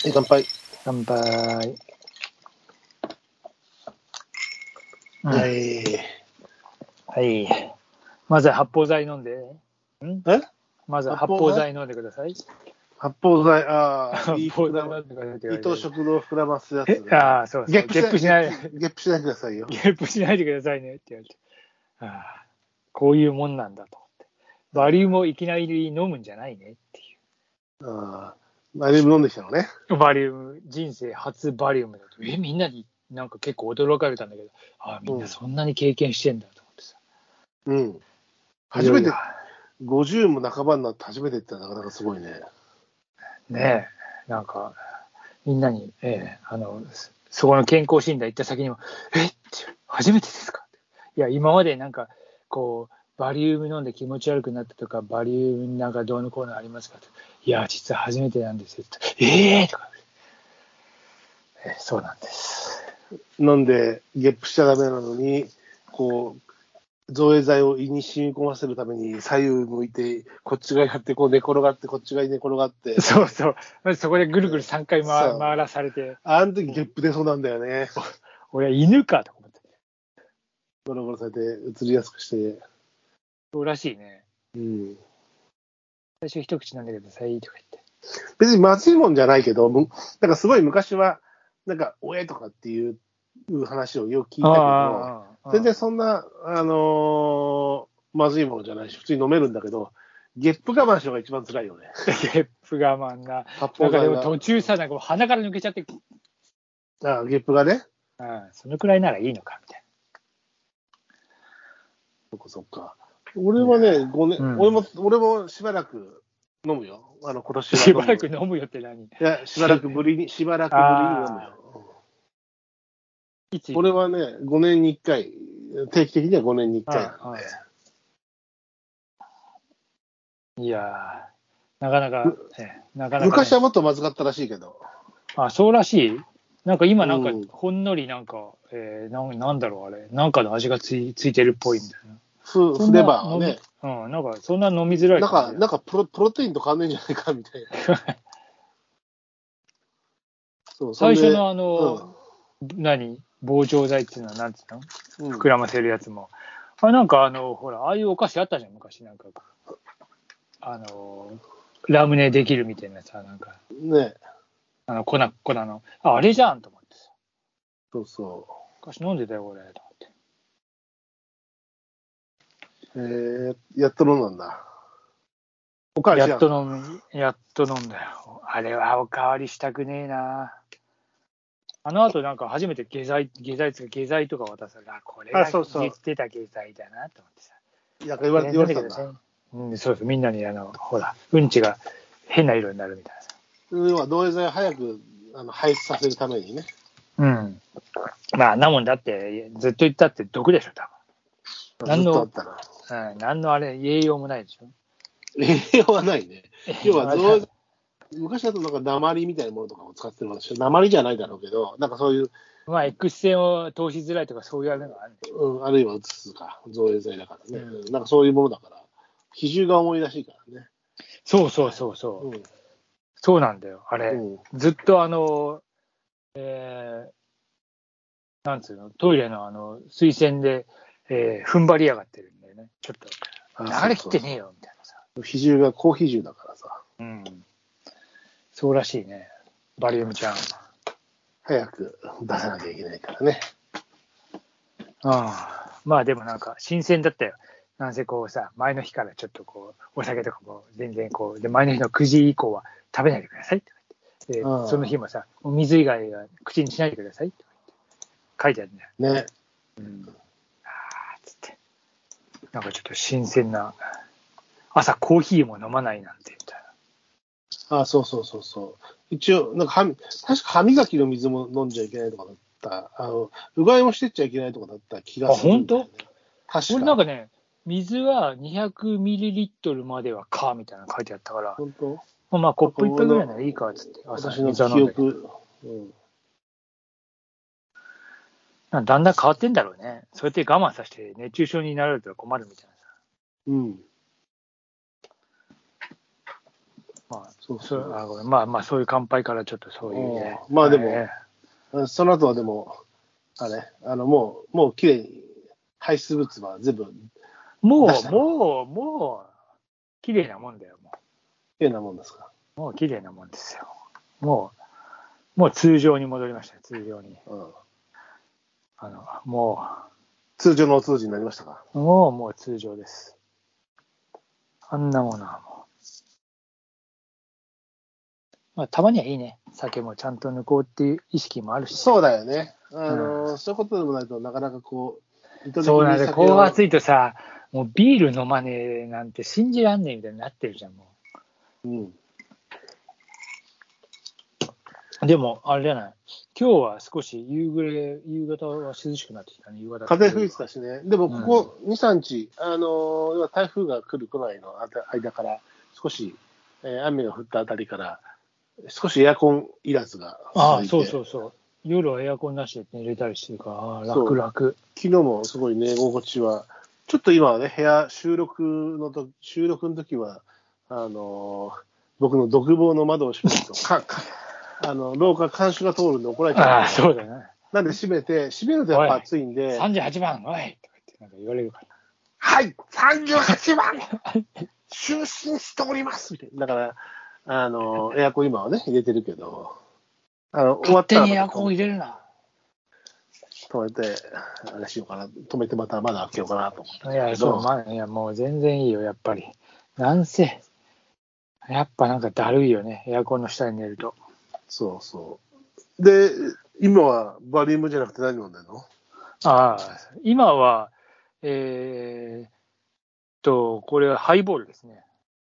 乾杯。 乾杯。 はい。 はい。まずは発泡剤飲んで。まずは発泡剤飲んでください。 発泡剤、 発泡剤飲んでくださいって言われて。 胃と食道を膨らますやつ。 そうそう。 ゲップしないでくださいよ。 ゲップしないでくださいねって言われて。こういうもんなんだと思って。バリウムをいきなり飲むんじゃないねっていう。 バリウム飲んできたのね。 バリウム、人生初バリウムだと。みんなになんか結構驚かれたんだけど、みんなそんなに経験してんだと思ってさ。 うん。初めて、50も半ばになって初めてってなかなかすごいね。 ねえ、なんか、みんなに、そこの健康診断行った先にも、初めてですか？いや、今までなんか、こう、バリウム飲んで気持ち悪くなったとか、バリウムなんかどうのこうのありますかと。いや、実は初めてなんですよ。とか、そうなんです。 飲んでゲップしちゃダメなのに、こう、造影剤を胃に染み込ませるために左右向いて、こっち側やって、こう寝転がって、こっち側に寝転がって。 そうそう。まずそこでぐるぐる3回回らされて。 あの時ゲップ出そうなんだよね。 俺は犬かと思って。 ゴロゴロされて移りやすくして。 そうらしいね。 うん。 最初一口飲んでくださいとか言って。 別にまずいもんじゃないけど、なんかすごい昔は、なんか、おえとかっていう話をよく聞いたけど、全然そんな、まずいものじゃないし、普通に飲めるんだけど、ゲップ我慢しのが一番辛いよね。 ゲップ我慢な。なんかでも途中さ、なんか鼻から抜けちゃって。 ゲップがね。 そのくらいならいいのか、みたいな。そっか。俺はね、5年、俺もしばらく飲むよ。今年は。 しばらく飲むよって何？ いや、しばらくぶりに飲むよ。俺はね、5年に1回、定期的には5年に1回なんで。 いやー、なかなか、 昔はもっとまずかったらしいけど。 そうらしい。なんか今なんか、ほんのりなんか、なんだろうあれ、なんかの味がついてるっぽいんだよな。 フレバーはね。 なんかそんな飲みづらい感じ。なんかプロテインと変わんないんじゃないかみたいな。 最初の膨張剤っていうのはなんつうの？膨らませるやつも。なんかほら、ああいうお菓子あったじゃん、昔なんか。ラムネできるみたいなさ、なんか。 ね。 粉の。あれじゃんと思ってさ。 そうそう。 昔飲んでたよ、俺、と思って。やっと飲んだんだ。 やっと飲んだよ。あれはおかわりしたくねえな。あの後なんか初めて下剤とか渡された。これが言ってた下剤だなと思ってさ。 いや、言われてたんだ。 そうそう、みんなにほら、うんちが変な色になるみたいなさ。 要は、同影剤を早く排出させるためにね。 まあ、なもんだって、ずっと言ったって毒でしょ、多分。何のあれ、栄養もないでしょ。 栄養はないね。要は昔だとなんか鉛みたいなものとかを使ってるんですよ。鉛じゃないだろうけど、なんかそういう。 まあ、X 線を通しづらいとかそういうあれがあるんでしょ。 あるいは移すか、造影剤だからね。なんかそういうものだから、比重が重いらしいからね。 そう。そうなんだよ、あれ。ずっとなんつうの、トイレの水栓で、踏ん張りやがってるんだよね。ちょっと、流れ切ってねえよ、みたいなさ。 比重が高比重だからさ。 そうらしいね。バリウムちゃん。 早く出さなきゃいけないからね。 まあでもなんか、新鮮だったよ。なんせこうさ、前の日からちょっとこう、お酒とかも全然こう、で、前の日の9時以降は食べないでくださいって言って。で、その日もさ、お水以外は口にしないでくださいって書いてあるんだよ。 ね。 つって。なんかちょっと新鮮な、朝コーヒーも飲まないなんて、みたいな。そう。一応、なんか確か歯磨きの水も飲んじゃいけないとかだった。うがいもしてっちゃいけないとかだった気がするんだよね。 本当？確か。俺なんかね、水は200ミリリットルまではか、みたいなの書いてあったから。 本当？ まあ、コップ1杯ぐらいならいいか、つって。 私の記憶。 だんだん変わってんだろうね。そうやって我慢させて熱中症になられたら困るみたいなさ。 まあ、 そうそうごめんまあ、そういう乾杯からちょっとそういうね。 まあでも、その後はでも、もう綺麗に排出物は全部出したの。 もう、綺麗なもんだよ、 綺麗なもんですか。 もう綺麗なもんですよ。もう通常に戻りましたよ、通常に。も通常のお通じになりましたか。 もう通常です。あんなものはもう。まあ、たまにはいいね。酒もちゃんと抜こうっていう意識もあるし。 そうだよね。そういうことでもないとなかなかこう、意図的にそうなんだ。 酒をこう暑いとさ、もうビール飲まねえなんて信じらんねえみたいになってるじゃん、もうん。 う。でも、あれじゃない。今日は少し夕方は涼しくなってきたね、夕方。 風吹いてたしね。でも、ここ2、3日、要は台風が来るくらいの間から、少し、雨が降ったあたりから、少しエアコンいらずが続いて。 そう。夜はエアコンなしで寝れたりしてるから、楽。 昨日もすごい寝心地は、ちょっと今はね、収録の時は、僕の独房の窓を閉めると、廊下、看守が通るんで怒られちゃう。 そうだね。 なんで閉めるとやっぱ暑いんで。 38番、おいとかってなんか言われるから。 はい、38番就寝しておりますみたいな。だから、エアコン今はね、入れてるけど、終わったら。 勝手にエアコン入れるな。 止めて、あれしようかな。止めてまた開けようかなと思って。 いや、もう全然いいよ、やっぱり。なんせ、やっぱなんかだるいよね、エアコンの下に寝ると。 そうそう。で、今はバリウムじゃなくて何飲んでんの？ 今は、これはハイボールですね。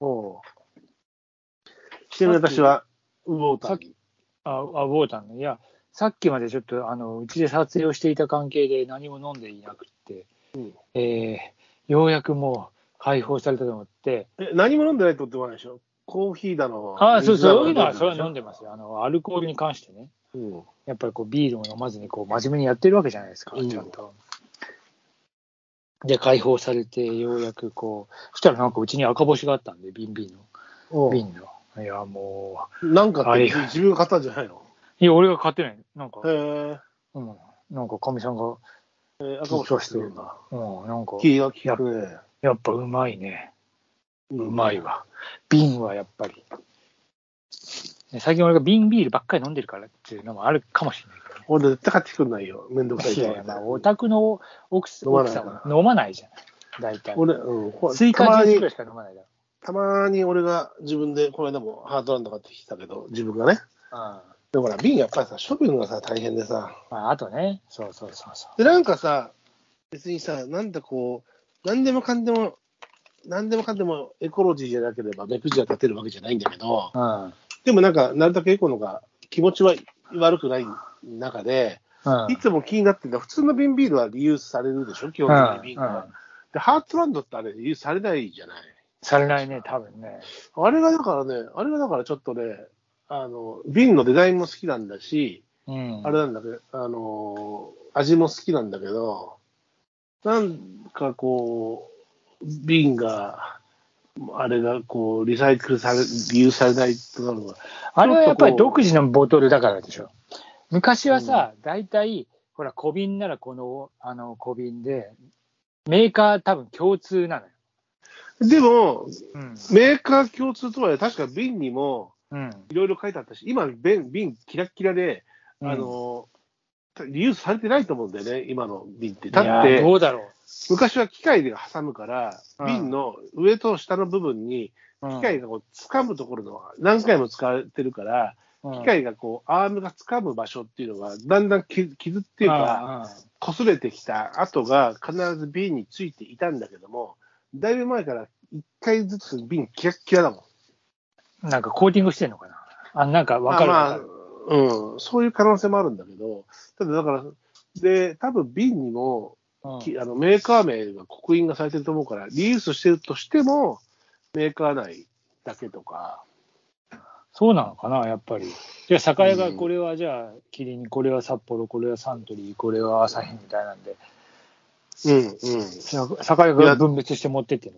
ちなみに私はウォーターに。 ウォーターね。いや、さっきまでちょっとうちで撮影をしていた関係で何も飲んでいなくて、ようやくもう解放されたと思って。 何も飲んでないってことはないでしょ？コーヒーだの。 そういうのはそれは飲んでますよ。アルコールに関してね。やっぱりビールも飲まずに真面目にやってるわけじゃないですか、ちゃんと。で、解放されて、ようやくそしたらなんかうちに赤星があったんで、瓶の。いや、もう。なんかって自分が買ったんじゃないの？ いや、俺が買ってない。なんか、なんか、かみさんが、 赤星してるんだ。 なんか、 気が利くね。 やっぱうまいね。うまいわ。瓶はやっぱり。最近俺が瓶ビールばっかり飲んでるからっていうのもあるかもしれないけどね。 俺絶対買ってくんないよ。めんどくさいと。 いや、お宅の奥さんは飲まないじゃん。大体。追加ジュースくらいしか飲まないだろ。 たまに俺が自分で、この間もハートランド買ってきたけど、自分がね。でもほら、瓶やっぱりさ、処分がさ、大変でさ。 あとね。そう。 で、なんかさ、別にさ、なんでなんでもかんでもエコロジーじゃなければ目くじが立てるわけじゃないんだけど、でもなんか、なるだけエコのが気持ちは悪くない中で、いつも気になってた、普通の瓶ビールはリユースされるでしょ、基本的に瓶が。で、ハートランドってあれ、リユースされないじゃない。 されないね、多分ね。 あれがだからちょっとね、瓶のデザインも好きなんだし、あれなんだけど、味も好きなんだけど、なんか瓶が、あれがリサイクルリユースされないとなるのが。 あれはやっぱり独自のボトルだからでしょ。昔はさ、大体、ほら、小瓶なら小瓶で、メーカー多分共通なのよ。 でも、メーカー共通とは確か瓶にもいろいろ書いてあったし、今瓶キラッキラで、リユースされてないと思うんだよね、今の瓶って。だって、 どうだろう。 昔は機械で挟むから、瓶の上と下の部分に、機械が掴むところの何回も使われてるから、機械がアームが掴む場所っていうのが、だんだん傷っていうか、擦れてきた跡が必ず瓶についていたんだけども、だいぶ前から1回ずつ瓶キラッキラだもん。なんかコーティングしてんのかな。なんか分かる。 そういう可能性もあるんだけど、ただだから、で、多分瓶にも、メーカー名が刻印がされてると思うから、リユースしてるとしても、メーカー内だけとか。 そうなのかな、やっぱり。じゃあ、酒屋がこれはじゃあ、キリン、これは札幌、これはサントリー、これはアサヒみたいなんで、酒屋が分別して持ってってるのかな。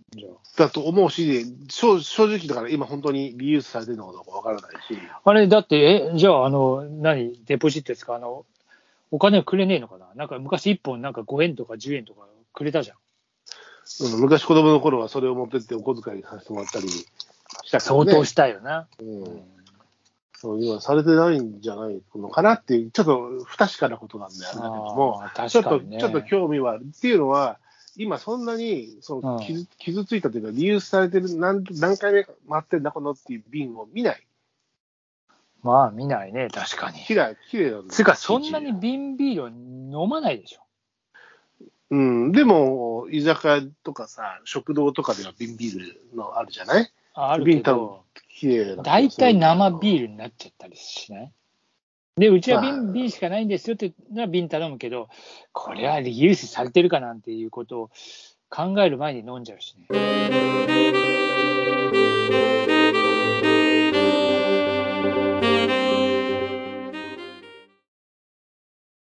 だと思うし、正直だから今本当にリユースされてるのかどうかわからないし。 あれ、だって、じゃあ、デポジットですか、お金をくれねえのかな、なんか昔1本なんか5円とか10円とかくれたじゃん。 昔子供の頃はそれを持ってってお小遣いさせてもらったりしたからね。 相当したよな。 そういうのはされてないんじゃないのかなっていう、ちょっと不確かなことなんだよ、だけども、 確かにね、 ちょっと興味はあるっていうのは、今そんなに傷ついたというか、リユースされてる何回目回ってるんだこのっていう瓶を見ない。 まあ見ないね、確かに。 綺麗なんだ。 つうか、そんなに瓶ビールを飲まないでしょ。 でも、居酒屋とかさ、食堂とかでは瓶ビールのあるじゃない？ あるけど、大体生ビールになっちゃったりしない？で、うちは瓶しかないんですよって言ったら瓶頼むけど、これはリユースされてるかなんていうことを考える前に飲んじゃうしね。